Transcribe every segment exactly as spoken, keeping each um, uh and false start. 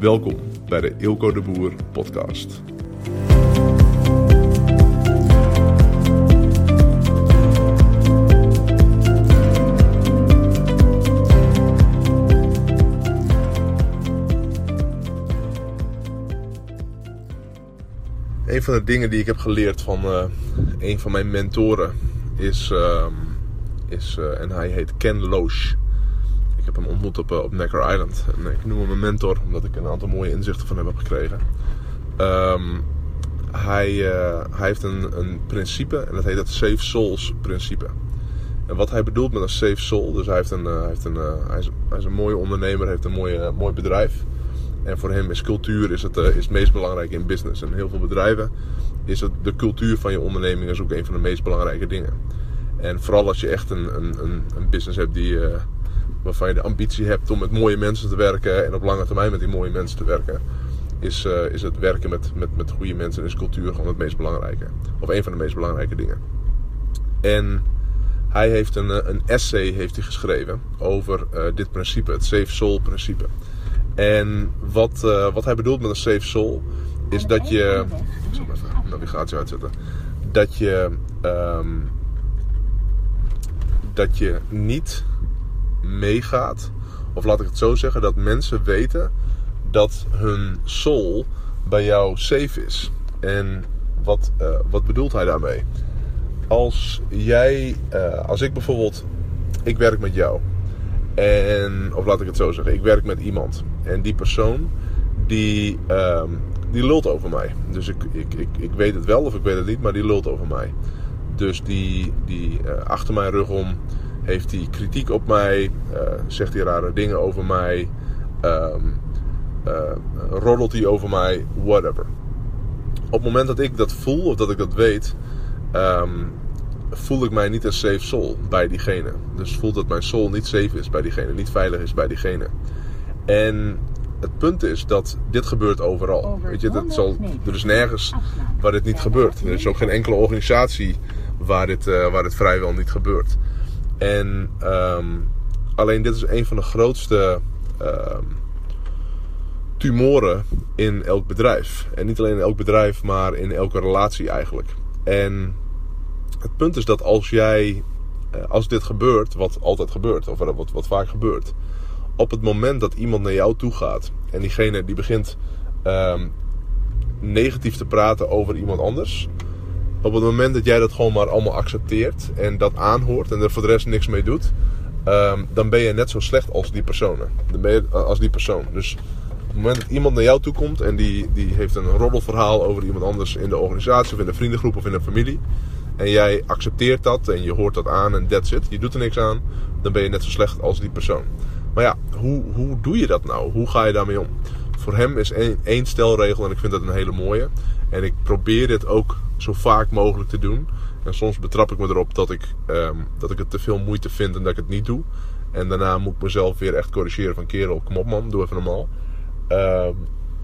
Welkom bij de Eelco de Boer podcast. Een van de dingen die ik heb geleerd van uh, een van mijn mentoren is, uh, is uh, en hij heet Ken Loach. Ik heb hem ontmoet op, uh, op Necker Island. En ik noem hem een mentor omdat ik een aantal mooie inzichten van hem heb gekregen. Um, hij, uh, hij heeft een, een principe en dat heet het Safe Souls principe. En wat hij bedoelt met een safe soul, dus hij, heeft een, uh, hij, heeft een, uh, hij, is, hij is een mooie ondernemer, heeft een mooie, uh, mooi bedrijf. En voor hem is cultuur is het, uh, is het meest belangrijke in business. En heel veel bedrijven is het, de cultuur van je onderneming is ook een van de meest belangrijke dingen. En vooral als je echt een, een, een, een business hebt die, uh, waarvan je de ambitie hebt om met mooie mensen te werken en op lange termijn met die mooie mensen te werken, is, uh, is het werken met, met, met goede mensen en is cultuur gewoon het meest belangrijke. Of een van de meest belangrijke dingen. En hij heeft een, een essay heeft hij geschreven over uh, dit principe, het Safe Soul principe. En wat, uh, wat hij bedoelt met een safe soul is dat je, ik zal even de navigatie uitzetten, dat je, um, dat je niet meegaat, of laat ik het zo zeggen, dat mensen weten dat hun soul bij jou safe is. En wat, uh, wat bedoelt hij daarmee? Als jij, uh, als ik bijvoorbeeld, ik werk met jou. En, of laat ik het zo zeggen, ik werk met iemand. En die persoon, die, um, die lult over mij. Dus ik, ik, ik, ik weet het wel of ik weet het niet, maar die lult over mij. Dus die, die uh, achter mijn rug om heeft hij kritiek op mij. Uh, zegt hij rare dingen over mij. Um, uh, roddelt hij over mij. Whatever. Op het moment dat ik dat voel of dat ik dat weet, Um, voel ik mij niet een safe soul bij diegene. Dus voel dat mijn soul niet safe is bij diegene, niet veilig is bij diegene. En het punt is dat dit gebeurt overal. Weet je, dat zal, er is nergens waar dit niet gebeurt. Er is ook geen enkele organisatie waar dit, uh, waar dit vrijwel niet gebeurt. En um, alleen dit is een van de grootste uh, tumoren in elk bedrijf. En niet alleen in elk bedrijf, maar in elke relatie eigenlijk. En het punt is dat als jij, als dit gebeurt, wat altijd gebeurt, of wat, wat vaak gebeurt, op het moment dat iemand naar jou toe gaat en diegene die begint um, negatief te praten over iemand anders, op het moment dat jij dat gewoon maar allemaal accepteert en dat aanhoort en er voor de rest niks mee doet, um, dan ben je net zo slecht als die personen. Dan ben je als die persoon. Dus op het moment dat iemand naar jou toe komt en die, die heeft een roddelverhaal over iemand anders in de organisatie of in de vriendengroep of in de familie, en jij accepteert dat en je hoort dat aan en that's it, je doet er niks aan, dan ben je net zo slecht als die persoon. Maar ja, hoe, hoe doe je dat nou? Hoe ga je daarmee om? Voor hem is één, één stelregel en ik vind dat een hele mooie. En ik probeer dit ook zo vaak mogelijk te doen. En soms betrap ik me erop dat ik, um, dat ik het te veel moeite vind en dat ik het niet doe. En daarna moet ik mezelf weer echt corrigeren van kerel, kom op man, doe even normaal. Um,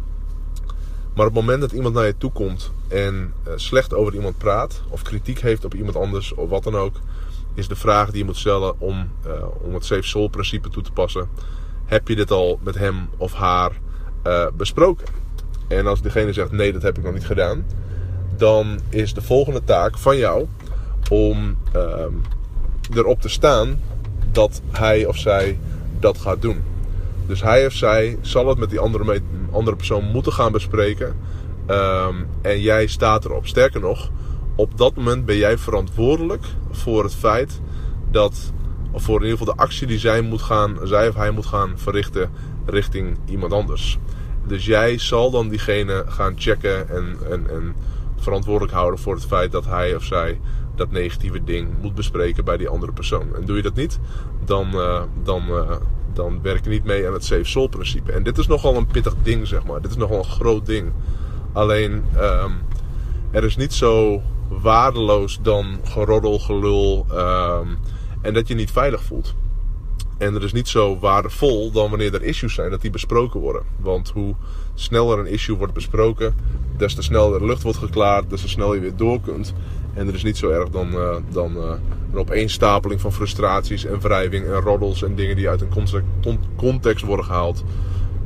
Maar op het moment dat iemand naar je toe komt en uh, slecht over iemand praat, of kritiek heeft op iemand anders, of wat dan ook, is de vraag die je moet stellen om, uh, om het Safe Soul principe toe te passen. Heb je dit al met hem of haar uh, besproken? En als degene zegt nee, dat heb ik nog niet gedaan, dan is de volgende taak van jou om uh, erop te staan dat hij of zij dat gaat doen. Dus hij of zij zal het met die andere, andere persoon moeten gaan bespreken. Um, en jij staat erop. Sterker nog, op dat moment ben jij verantwoordelijk voor het feit dat, of voor in ieder geval de actie die zij, moet gaan, zij of hij moet gaan verrichten richting iemand anders. Dus jij zal dan diegene gaan checken en, en, en verantwoordelijk houden voor het feit dat hij of zij dat negatieve ding moet bespreken bij die andere persoon. En doe je dat niet, dan, uh, dan, uh, dan werk je niet mee aan het Safe Soul principe. En dit is nogal een pittig ding, zeg maar. Dit is nogal een groot ding. Alleen, um, er is niet zo waardeloos dan geroddel, gelul, um, en dat je niet veilig voelt. En er is niet zo waardevol dan wanneer er issues zijn, dat die besproken worden. Want hoe sneller een issue wordt besproken, des te sneller de lucht wordt geklaard, des te sneller je weer door kunt. En er is niet zo erg dan, uh, dan uh, een opeenstapeling van frustraties en wrijving en roddels en dingen die uit een context worden gehaald.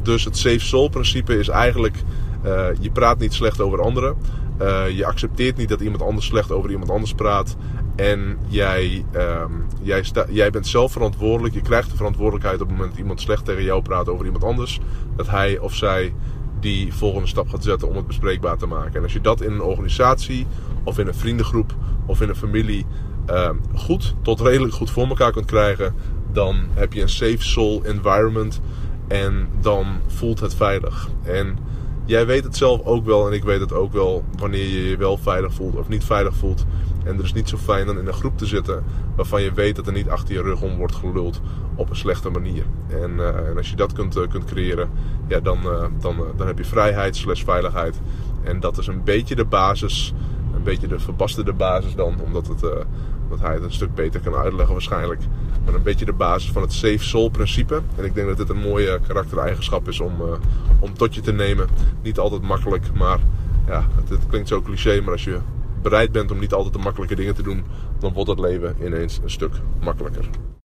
Dus het safe soul principe is eigenlijk, uh, je praat niet slecht over anderen. Uh, je accepteert niet dat iemand anders slecht over iemand anders praat. En jij, um, jij, sta, jij bent zelf verantwoordelijk. Je krijgt de verantwoordelijkheid op het moment dat iemand slecht tegen jou praat over iemand anders. Dat hij of zij die volgende stap gaat zetten om het bespreekbaar te maken. En als je dat in een organisatie of in een vriendengroep of in een familie uh, goed tot redelijk goed voor elkaar kunt krijgen, dan heb je een safe soul environment en dan voelt het veilig. En jij weet het zelf ook wel en ik weet het ook wel wanneer je je wel veilig voelt of niet veilig voelt. En er is niet zo fijn dan in een groep te zitten waarvan je weet dat er niet achter je rug om wordt geluld op een slechte manier. En, uh, en als je dat kunt, uh, kunt creëren, ja, dan, uh, dan, uh, dan heb je vrijheid slash veiligheid. En dat is een beetje de basis, een beetje de verbasterde basis dan, omdat, het, uh, omdat hij het een stuk beter kan uitleggen waarschijnlijk. Maar een beetje de basis van het safe soul principe. En ik denk dat dit een mooie karaktereigenschap is om, uh, om tot je te nemen. Niet altijd makkelijk, maar ja, het, het klinkt zo cliché, maar als je bereid bent om niet altijd de makkelijke dingen te doen, dan wordt het leven ineens een stuk makkelijker.